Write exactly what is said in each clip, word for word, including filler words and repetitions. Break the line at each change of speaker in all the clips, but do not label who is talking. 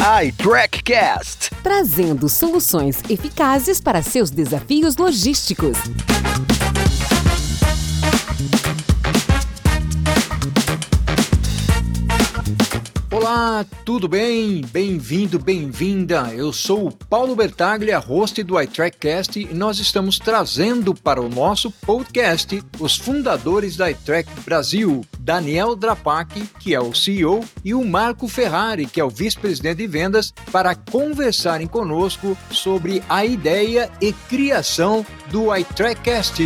iTrackCast,
trazendo soluções eficazes para seus desafios logísticos.
Olá, tudo bem? Bem-vindo, bem-vinda. Eu sou o Paulo Bertaglia, host do iTrackCast, e nós estamos trazendo para o nosso podcast os fundadores da iTrack Brasil, Daniel Drapac, que é o C E O, e o Marco Ferrari, que é o vice-presidente de vendas, para conversarem conosco sobre a ideia e criação do iTrackCast.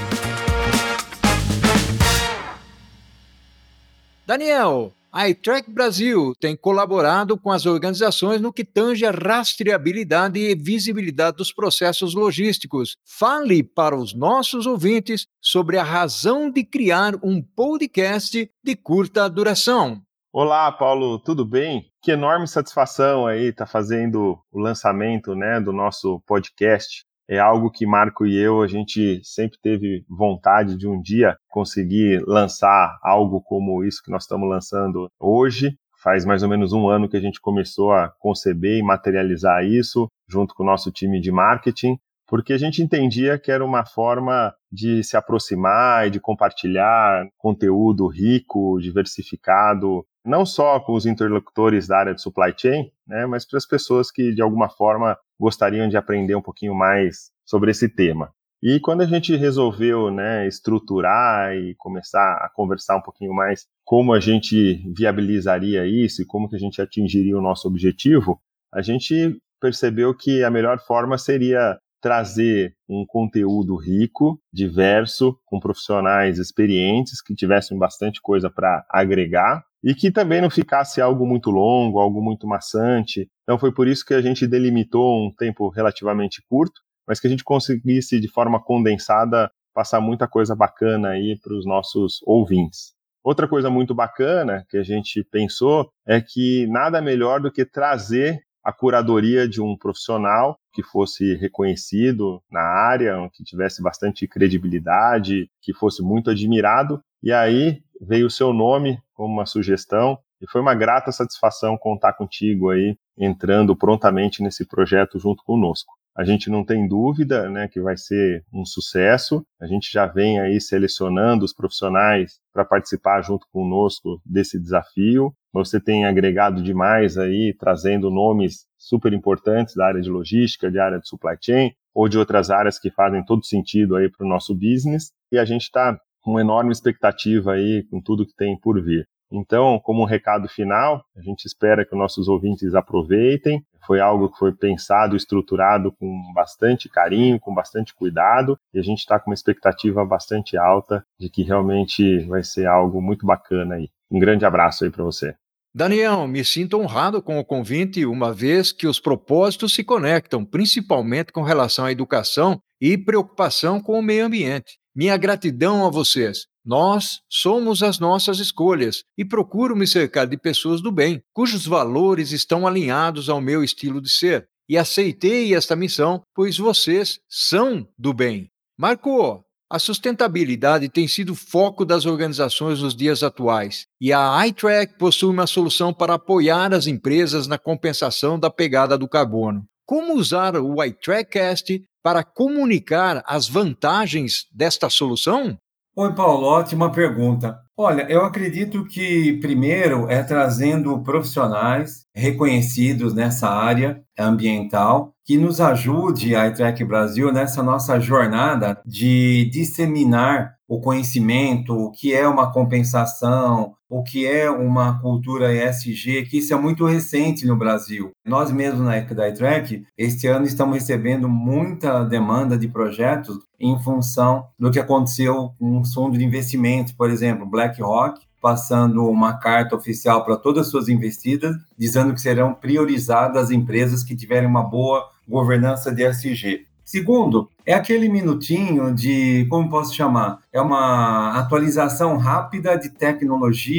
Daniel, a iTrack Brasil tem colaborado com as organizações no que tange a rastreabilidade e visibilidade dos processos logísticos. Fale para os nossos ouvintes sobre a razão de criar um podcast de curta duração.
Olá, Paulo, tudo bem? Que enorme satisfação aí estar fazendo o lançamento, né, do nosso podcast. É algo que Marco e eu, a gente sempre teve vontade de um dia conseguir lançar algo como isso que nós estamos lançando hoje. Faz mais ou menos um ano que a gente começou a conceber e materializar isso junto com o nosso time de marketing, porque a gente entendia que era uma forma de se aproximar e de compartilhar conteúdo rico, diversificado, não só com os interlocutores da área de supply chain, né, mas para as pessoas que de alguma forma gostariam de aprender um pouquinho mais sobre esse tema. E quando a gente resolveu, né, estruturar e começar a conversar um pouquinho mais como a gente viabilizaria isso e como que a gente atingiria o nosso objetivo, a gente percebeu que a melhor forma seria trazer um conteúdo rico, diverso, com profissionais experientes, que tivessem bastante coisa para agregar e que também não ficasse algo muito longo, algo muito maçante. Então foi por isso que a gente delimitou um tempo relativamente curto, mas que a gente conseguisse, de forma condensada, passar muita coisa bacana aí para os nossos ouvintes. Outra coisa muito bacana que a gente pensou é que nada melhor do que trazer a curadoria de um profissional que fosse reconhecido na área, que tivesse bastante credibilidade, que fosse muito admirado. E aí veio o seu nome como uma sugestão e foi uma grata satisfação contar contigo aí, entrando prontamente nesse projeto junto conosco. A gente não tem dúvida, né, que vai ser um sucesso. A gente já vem aí selecionando os profissionais para participar junto conosco desse desafio. Você tem agregado demais aí, trazendo nomes super importantes da área de logística, de área de supply chain, ou de outras áreas que fazem todo sentido aí para o nosso business. E a gente está com uma enorme expectativa aí com tudo que tem por vir. Então, como um recado final, a gente espera que os nossos ouvintes aproveitem. Foi algo que foi pensado e estruturado com bastante carinho, com bastante cuidado, e a gente está com uma expectativa bastante alta de que realmente vai ser algo muito bacana aí. Um grande abraço aí para você.
Daniel, me sinto honrado com o convite, uma vez que os propósitos se conectam, principalmente com relação à educação e preocupação com o meio ambiente. Minha gratidão a vocês. Nós somos as nossas escolhas e procuro me cercar de pessoas do bem, cujos valores estão alinhados ao meu estilo de ser. E aceitei esta missão, pois vocês são do bem. Marco, a sustentabilidade tem sido o foco das organizações nos dias atuais, e a iTrack possui uma solução para apoiar as empresas na compensação da pegada do carbono. Como usar o iTrackCast para comunicar as vantagens desta solução?
Oi, Paulo, ótima pergunta. Olha, eu acredito que primeiro é trazendo profissionais reconhecidos nessa área ambiental que nos ajude a iTrack Brasil nessa nossa jornada de disseminar o conhecimento, o que é uma compensação, o que é uma cultura E S G, que isso é muito recente no Brasil. Nós mesmos na da iTrack, este ano estamos recebendo muita demanda de projetos em função do que aconteceu com um fundo de investimento, por exemplo, BlackRock, passando uma carta oficial para todas as suas investidas, dizendo que serão priorizadas as empresas que tiverem uma boa governança de E S G. Segundo, é aquele minutinho de, como posso chamar? É uma atualização rápida de tecnologia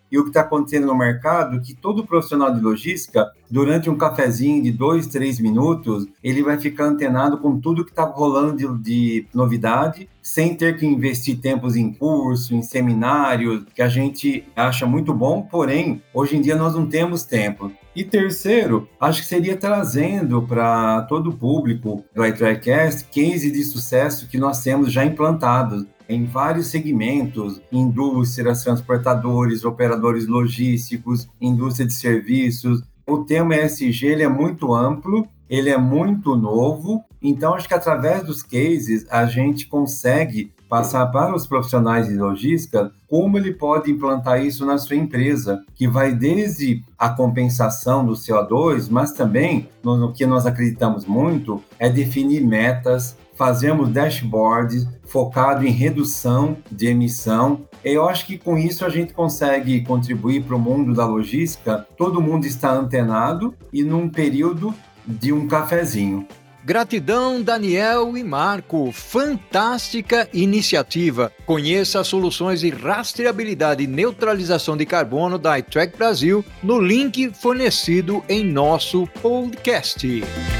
e o que está acontecendo no mercado, que todo profissional de logística, durante um cafezinho de dois, três minutos, ele vai ficar antenado com tudo que está rolando de, de novidade, sem ter que investir tempos em curso, em seminários, que a gente acha muito bom, porém, hoje em dia nós não temos tempo. E terceiro, acho que seria trazendo para todo o público do iTrackcast cases de sucesso que nós temos já implantados em vários segmentos, indústrias, transportadores, operadores logísticos, indústria de serviços. O tema E S G ele é muito amplo, ele é muito novo, então acho que através dos cases a gente consegue passar para os profissionais de logística como ele pode implantar isso na sua empresa, que vai desde a compensação do C O dois, mas também, no que nós acreditamos muito, é definir metas, fazermos dashboards focado em redução de emissão. Eu acho que com isso a gente consegue contribuir para o mundo da logística, todo mundo está antenado e num período de um cafezinho.
Gratidão, Daniel e Marco. Fantástica iniciativa. Conheça as soluções de rastreabilidade e neutralização de carbono da iTrack Brasil no link fornecido em nosso podcast.